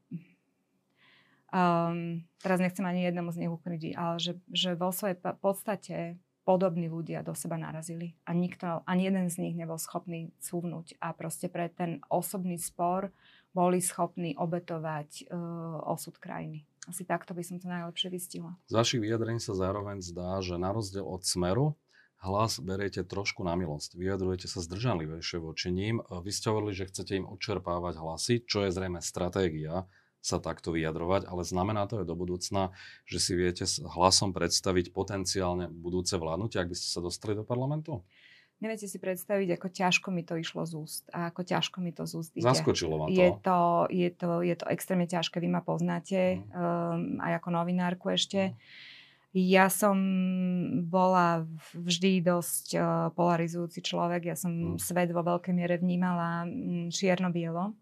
Um, teraz nechcem ani jednému z nich ukryť, ale že, že vo svojej podstate podobní ľudia do seba narazili a nikto, ani jeden z nich nebol schopný cúvnuť, a proste pre ten osobný spor boli schopní obetovať uh, osud krajiny. Asi takto by som to najlepšie vystihla. Z vašich vyjadrení sa zároveň zdá, že na rozdiel od Smeru hlas beriete trošku na milosť. Vyjadrujete sa zdržanlivejšie voči ním. Vy ste hovorili, že chcete im odčerpávať hlasy, čo je zrejme stratégia sa takto vyjadrovať, ale znamená to aj do budúcna, že si viete s hlasom predstaviť potenciálne budúce vládnutie, ak by ste sa dostali do parlamentu? Neviete si predstaviť, ako ťažko mi to išlo z úst a ako ťažko mi to z úst ide. Zaskočilo ma to. Je to, je to, je to extrémne ťažké, vy ma poznáte, mm. um, aj ako novinárku ešte. Mm. Ja som bola vždy dosť uh, polarizujúci človek, ja som mm. svet vo veľkej miere vnímala um, čierno-bielo.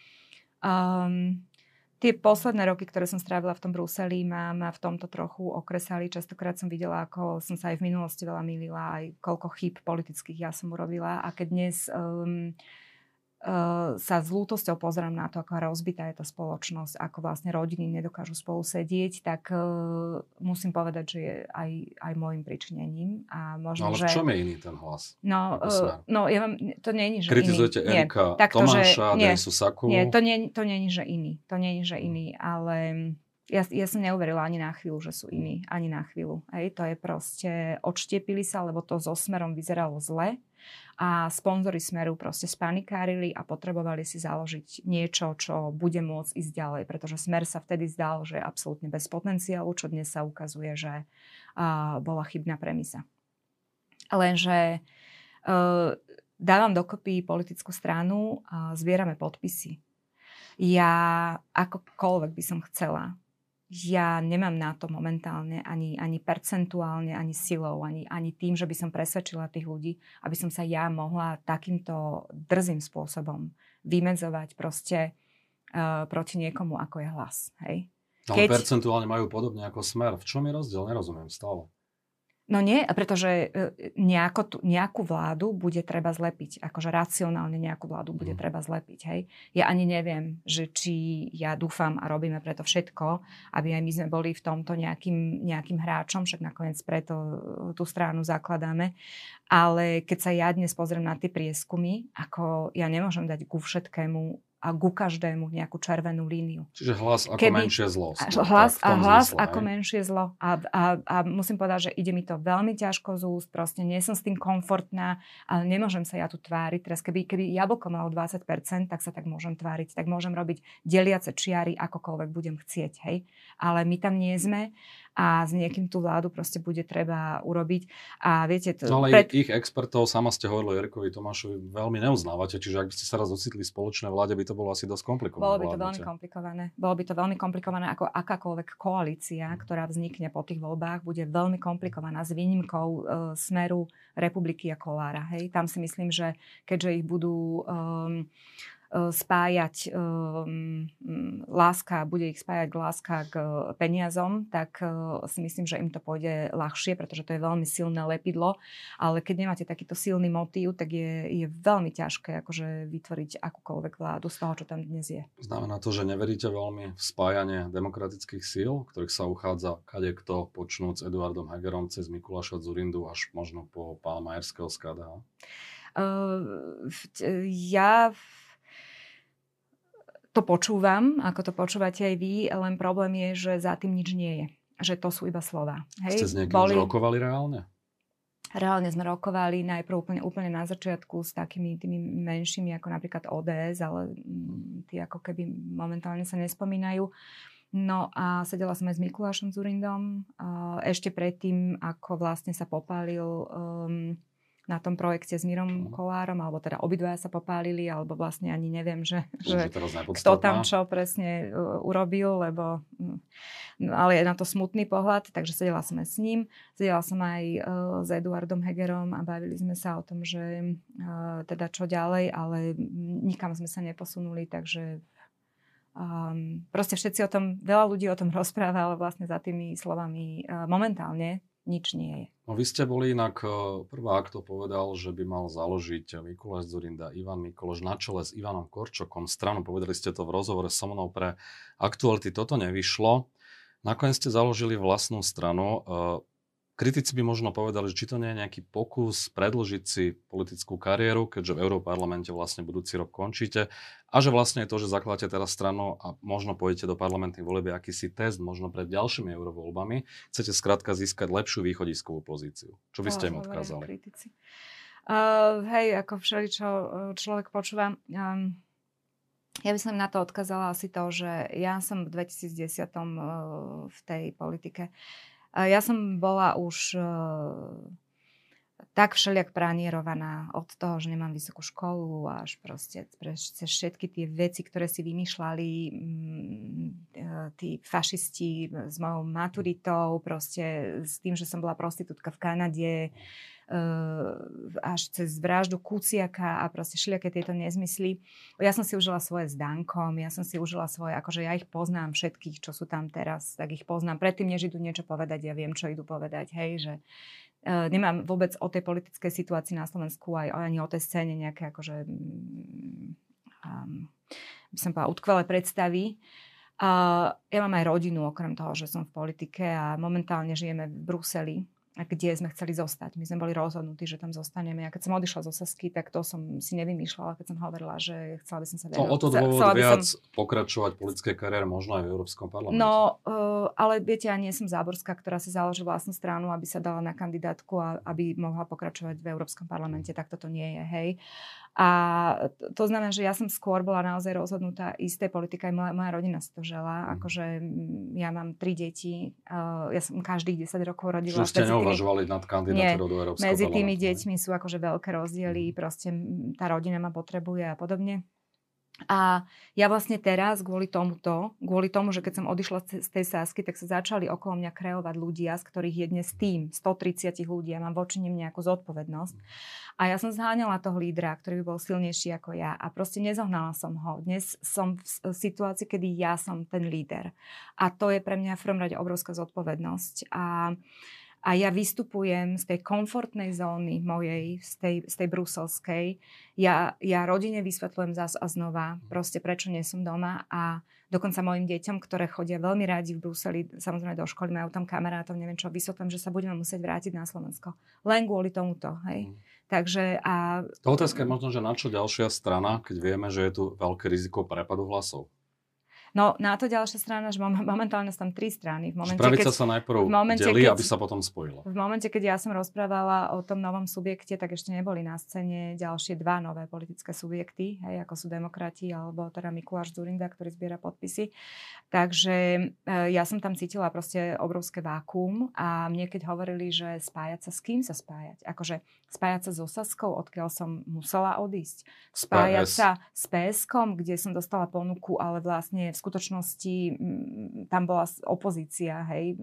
Um, Tie posledné roky, ktoré som strávila v tom Bruseli, ma, ma v tomto trochu okresali. Častokrát som videla, ako som sa aj v minulosti veľa mýlila, aj koľko chýb politických ja som urobila. A keď dnes um, uh, sa s lútosťou pozerám na to, ako rozbitá je tá spoločnosť, ako vlastne rodiny nedokážu spolu sedieť, tak uh, musím povedať, že je aj, aj môjim pričinením. A možno, no ale že... v čom je iný ten hlas? No, uh, no ja vám, to nie je, že kritizujete iný. Erika nie, Tomáša, Denisu Sakovú? Nie, to nie, to nie je, že iný. To nie je, že iný, ale... Ja, ja som neuverila ani na chvíľu, že sú iní. Ani na chvíľu. Hej, to je proste... Odštiepili sa, lebo to so Smerom vyzeralo zle. A sponzori Smeru proste spanikárili a potrebovali si založiť niečo, čo bude môcť ísť ďalej. Pretože Smer sa vtedy zdal, že je absolútne bez potenciálu, čo dnes sa ukazuje, že uh, bola chybná premisa. Lenže uh, dávam dokopy politickú stranu a zbierame podpisy. Ja akokoľvek by som chcela, ja nemám na to momentálne ani, ani percentuálne, ani silou, ani, ani tým, že by som presvedčila tých ľudí, aby som sa ja mohla takýmto drzým spôsobom vymedzovať proste uh, proti niekomu, ako je Hlas. Hej? Ale Keď... percentuálne majú podobne ako Smer. V čom je rozdiel? Nerozumiem stále. No nie, pretože nejako tu, nejakú vládu bude treba zlepiť. Akože racionálne nejakú vládu bude mm. treba zlepiť. Hej? Ja ani neviem, že či ja dúfam a robíme preto všetko, aby aj my sme boli v tomto nejakým, nejakým hráčom, však nakoniec preto tú stranu zakladáme. Ale keď sa ja dnes pozriem na tie prieskumy, ako ja nemôžem dať ku všetkému a ku každému nejakú červenú líniu. Čiže Hlas ako Keby, menšie zlo. Hlas a hlas zmysle, ako aj? menšie zlo. A, a, a musím povedať, že ide mi to veľmi ťažko z úst, proste nie som s tým komfortná, ale nemôžem sa ja tu tváriť. Teraz keby, keby jablko malo dvadsať percent, tak sa tak môžem tváriť. Tak môžem robiť deliace čiary, akokoľvek budem chcieť. Hej? Ale my tam nie sme a s niekým tú vládu proste bude treba urobiť. A viete... To, no ale pred... ich expertov, sama ste hovorili Erikovi Tomášovi, veľmi neuznávate, čiže ak by ste sa raz ocitli v spoločnej vláde, by to bolo asi dosť komplikované. Bolo by to veľmi komplikované. Bolo by to veľmi komplikované, ako akákoľvek koalícia, ktorá vznikne po tých voľbách, bude veľmi komplikovaná s výnimkou e, Smeru, Republiky a Kollára. Hej? Tam si myslím, že keďže ich budú... Um, spájať um, láska, bude ich spájať láska k peniazom, tak uh, si myslím, že im to pôjde ľahšie, pretože to je veľmi silné lepidlo, ale keď nemáte takýto silný motív, tak je, je veľmi ťažké akože vytvoriť akúkoľvek vládu z toho, čo tam dnes je. Znamená to, že neveríte veľmi v spájanie demokratických síl, ktorých sa uchádza kadekto, počnúc Eduardom Hegerom cez Mikuláša Dzurindu až možno po pána Majerského z ká dé há? Uh, ja... To počúvam, ako to počúvate aj vy, len problém je, že za tým nič nie je. Že to sú iba slova. Hej? Ste s niekým Boli... už rokovali reálne? Reálne sme rokovali najprv úplne, úplne na začiatku s takými tými menšími, ako napríklad ó dé es, ale tí ako keby momentálne sa nespomínajú. No a sedela som aj s Mikulášom Dzurindom ešte predtým, ako vlastne sa popálil... Um, na tom projekte s Mirom Kollárom, alebo teda obidvaja sa popálili, alebo vlastne ani neviem, že, že kto tam čo presne uh, urobil, lebo no, ale je na to smutný pohľad, takže sedela som aj s ním, sedela som aj uh, s Eduardom Hegerom a bavili sme sa o tom, že uh, teda čo ďalej, ale nikam sme sa neposunuli, takže um, proste všetci o tom, veľa ľudí o tom rozpráva, ale vlastne za tými slovami uh, momentálne nič nie je. No vy ste boli inak prvá, kto povedal, že by mal založiť Mikuláš Dzurinda, Ivan Mikološ na čele s Ivanom Korčokom stranu. Povedali ste to v rozhovore so mnou pre Aktuality. Toto nevyšlo. Nakoniec ste založili vlastnú stranu. Kritici by možno povedali, že či to nie je nejaký pokus predĺžiť si politickú kariéru, keďže v Európarlamente vlastne budúci rok končíte. A že vlastne je to, že zakladáte teraz stranu a možno pôjdete do parlamentných volieb akýsi test, možno pred ďalšími eurovoľbami. Chcete skrátka získať lepšiu východiskovú pozíciu. Čo by ste im odkázali? Uh, hej, ako všeličo človek počúva. Um, ja by som na to odkázala asi to, že ja som v dvetisícdesať uh, v tej politike. Ja som bola už uh, tak všelijak pranierovaná od toho, že nemám vysokú školu až proste cez všetky tie veci, ktoré si vymýšľali um, tí fašisti s mojou maturitou, proste s tým, že som bola prostitútka v Kanade, až cez vraždu Kuciaka a proste všelijaké tieto nezmysly. Ja som si užila svoje s Dankom, ja som si užila svoje, akože ja ich poznám všetkých, čo sú tam teraz, tak ich poznám. Predtým, než idú niečo povedať, ja viem, čo idú povedať, hej, že uh, nemám vôbec o tej politickej situácii na Slovensku aj ani o tej scéne nejaké, akože um, by som povedala, utkvelé predstavy. Uh, ja mám aj rodinu, okrem toho, že som v politike a momentálne žijeme v Bruseli, kde sme chceli zostať. My sme boli rozhodnutí, že tam zostaneme. Ja keď som odišla zo Sasky, tak to som si nevymýšľala, keď som hovorila, že chcela by som sa venovať. No, o to dôvod viac som... pokračovať v politickej kariére možno aj v Európskom parlamente. No, uh, ale viete, ja nie som Záborská, ktorá si založila vlastnú stranu, aby sa dala na kandidátku a aby mohla pokračovať v Európskom parlamente. Tak toto nie je, hej. A to znamená, že ja som skôr bola naozaj rozhodnutá isté politika, aj moja, moja rodina si to žela. Mm. Akože ja mám tri deti, uh, ja som každých desať rokov rodila. Že ste neuvažovali nad kandidatúrou do Európskeho medzi tými parlamentu. deťmi sú akože veľké rozdiely, proste tá rodina ma potrebuje a podobne. A ja vlastne teraz kvôli tomuto, kvôli tomu, že keď som odišla z tej Sasky, tak sa začali okolo mňa kreovať ľudia, z ktorých je dnes tým stotridsať ľudí a mám voči nim nejakú zodpovednosť. A ja som zháňala toho lídra, ktorý by bol silnejší ako ja a proste nezohnala som ho. Dnes som v situácii, kedy ja som ten líder. A to je pre mňa v prvom rade obrovská zodpovednosť. A A ja vystupujem z tej komfortnej zóny mojej, z tej, z tej bruselskej. Ja, ja rodine vysvetľujem zás a znova, proste prečo nie som doma. A dokonca mojim deťom, ktoré chodia veľmi rádi v Bruseli, samozrejme do školy, majú tam kamarátov, neviem čo, vysvetlím, že sa budeme musieť vrátiť na Slovensko. Len kvôli tomuto, hej. Mm. Takže a... To otázka je možno, že na čo ďalšia strana, keď vieme, že je tu veľké riziko prepadu hlasov. No, na to ďalšia strana, že momentálne sú tam tri strany. V momente, pravica keď, sa najprv momente, delí, keď, aby sa potom spojila. V momente, keď ja som rozprávala o tom novom subjekte, tak ešte neboli na scéne ďalšie dva nové politické subjekty, hej, ako sú demokrati, alebo teda Mikuláš Dzurinda, ktorý zbiera podpisy. Takže e, ja som tam cítila proste obrovské vákuum a mne keď hovorili, že spájať sa, s kým sa spájať? Akože spájať sa so Saskou, odkiaľ som musela odísť. Spájať sa s pé eskom, kde som dostala ponuku, ale vlastne v skutočnosti m, tam bola opozícia, hej,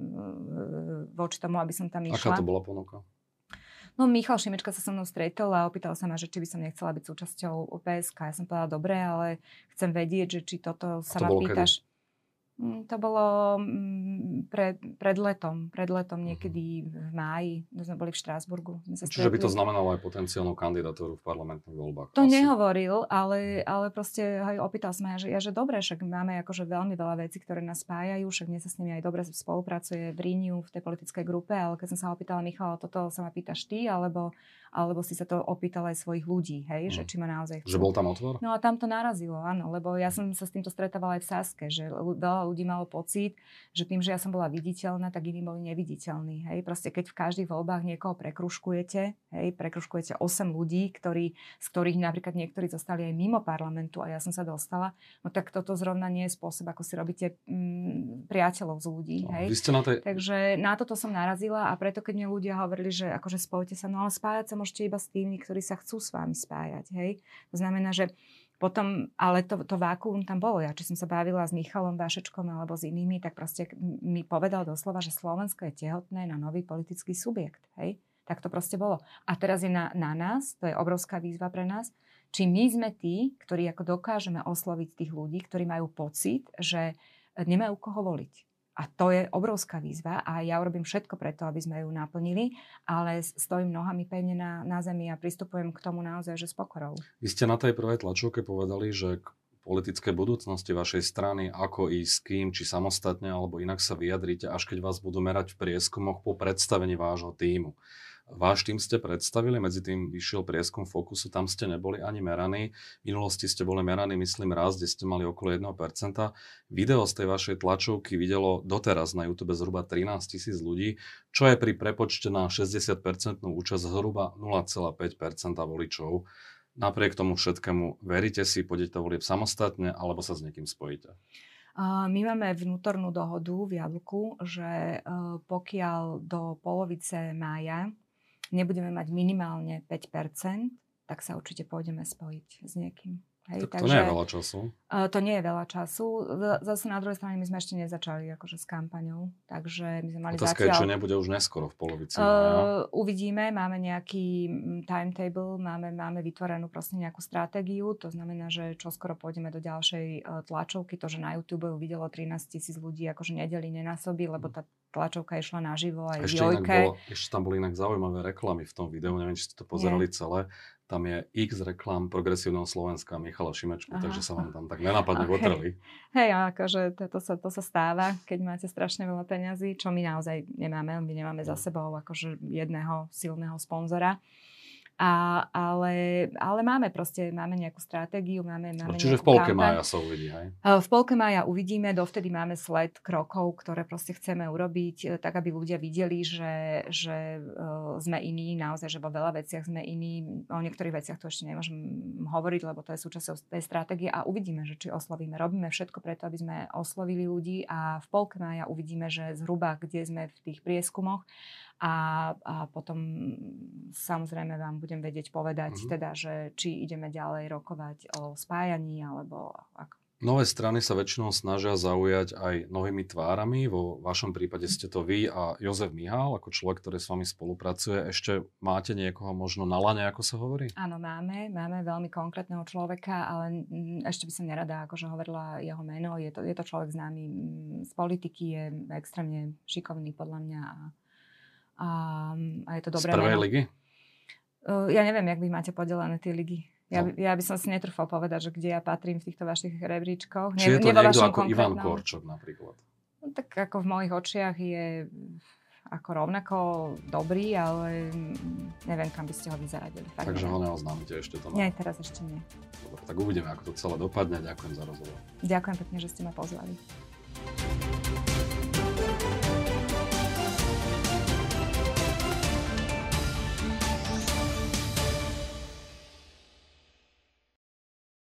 voči tomu, aby som tam išla. Aká to bola ponuka? No, Michal Šimečka sa so mnou stretol a opýtal sa ma, že či by som nechcela byť súčasťou pé eska. Ja som povedala, dobre, ale chcem vedieť, že či toto sa ma pýtaš. Kedy? To bolo pred, pred letom, pred letom niekedy v máji, my sme boli v Štrásburgu. Čiže by to znamenalo aj potenciálnu kandidatúru v parlamentných voľbách? To asi nehovoril, ale, ale proste hej, opýtal som ja, že, ja, že dobre, však máme akože veľmi veľa vecí, ktoré nás spájajú, však mne sa s nimi aj dobre spolupracuje v Ríniu, v tej politickej grupe, ale keď som sa opýtala Michala, toto sa ma pýtaš ty, alebo, alebo si sa to opýtal aj svojich ľudí, hej, mm. že či ma naozaj chcú. Že bol tam otvor? No a tam to narazilo, áno, lebo ja som sa s týmto stretávala aj v Saske, že veľa ľudí malo pocit, že tým, že ja som bola viditeľná, tak iní boli neviditeľní. Hej. Proste keď v každých voľbách niekoho prekruškujete, hej, prekruškujete osem ľudí, ktorí, z ktorých napríklad niektorí zostali aj mimo parlamentu a ja som sa dostala, no tak toto zrovna nie je spôsob, ako si robíte mm, priateľov z ľudí. No, hej. Vy ste na tej... Takže na toto som narazila a preto, keď mne ľudia hovorili, že akože spojte sa, no ale spájať sa môžete iba s tými, ktorí sa chcú s vami spájať. Hej. To znamená, že potom, ale to, to vákuum tam bolo. Ja, či som sa bavila s Michalom Vašečkom alebo s inými, tak proste mi povedal doslova, že Slovensko je tehotné na nový politický subjekt. Hej? Tak to proste bolo. A teraz je na, na nás, to je obrovská výzva pre nás, či my sme tí, ktorí ako dokážeme osloviť tých ľudí, ktorí majú pocit, že nemajú koho voliť. A to je obrovská výzva a ja urobím všetko preto, aby sme ju naplnili, ale stojím nohami pevne na, na zemi a pristupujem k tomu naozaj, že s pokorou. Vy ste na tej prvej tlačovke povedali, že k politickej budúcnosti vašej strany, ako ísť s kým, či samostatne alebo inak sa vyjadríte, až keď vás budú merať v prieskumoch po predstavení vášho tímu. Váš tým ste predstavili, medzi tým vyšiel prieskum Fokusu, tam ste neboli ani meraní. V minulosti ste boli meraní, myslím, raz, kde ste mali okolo jedno percento. Video z tej vašej tlačovky videlo doteraz na YouTube zhruba trinásť tisíc ľudí, čo je pri prepočte na šesťdesiat percent účasť zhruba nula celá päť percenta voličov. Napriek tomu všetkému veríte si, pôjdete volieb samostatne, alebo sa s niekým spojíte? My máme vnútornú dohodu v Jablku, že pokiaľ do polovice mája nebudeme mať minimálne päť percent, tak sa určite pôjdeme spojiť s niekým. Hej, tak to takže, nie je veľa času. Uh, to nie je veľa času. Zase na druhej strane my sme ešte nezačali akože s kampaňou. Takže my sme mali Otázka zatiaľ... je, čo nebude už neskoro v polovici. Uh, uvidíme, máme nejaký timetable, máme, máme vytvorenú proste nejakú stratégiu. To znamená, že čoskoro pôjdeme do ďalšej uh, tlačovky. To, že na YouTube uvidelo trinásť tisíc ľudí, akože nedeli, nenásobí, lebo tá tlačovka išla naživo aj v Jojke. Bolo, ešte tam boli inak zaujímavé reklamy v tom videu, neviem, či ste to pozerali Nie. celé. Tam je x reklám Progresívneho Slovenska Michala Šimečku, aha, takže sa vám tam tak nenápadne okay. votreli. Hej, akože to, to, sa, to sa stáva, keď máte strašne veľa peňazí, čo my naozaj nemáme. My nemáme za sebou akože jedného silného sponzora. A, ale, ale máme proste, máme nejakú stratégiu, máme, máme Čiže v polke kampaň. Mája sa uvidí, hej? V polke mája uvidíme, dovtedy máme sled krokov, ktoré proste chceme urobiť, tak aby ľudia videli, že, že uh, sme iní, naozaj, že vo veľa veciach sme iní. O niektorých veciach to ešte nemôžem hovoriť, lebo to je súčasťou tej stratégie a uvidíme, že či oslovíme. Robíme všetko preto, aby sme oslovili ľudí a v polke mája uvidíme, že zhruba, kde sme v tých prieskumoch a, a potom samozrejme vám budem vedieť povedať, mm-hmm. teda, že či ideme ďalej rokovať o spájaní, alebo ako. Nové strany sa väčšinou snažia zaujať aj novými tvárami. Vo vašom prípade ste to vy a Jozef Mihál, ako človek, ktorý s vami spolupracuje. Ešte máte niekoho možno na lane, ako sa hovorí? Áno, máme. Máme veľmi konkrétneho človeka, ale ešte by som nerada akože hovorila jeho meno. Je to, je to človek známy z politiky, je extrémne šikovný podľa mňa a, a, a je to dobré meno. Z prvej meno. ligy? Ja neviem, jak vy máte podelené tie ligy. Ja, no. ja by som si netrúfal povedať, že kde ja patrím v týchto vašich rebríčkoch. Či je to niekto ako Ivan Korčok napríklad? No, tak ako v mojich očiach je ako rovnako dobrý, ale neviem, kam by ste ho vyzaradili. Fakt Takže neviem. ho neoznámite ešte to? Nie, teraz ešte nie. Dobre, tak uvidíme, ako to celé dopadne. Ďakujem za rozhovor. Ďakujem pekne, že ste ma pozvali.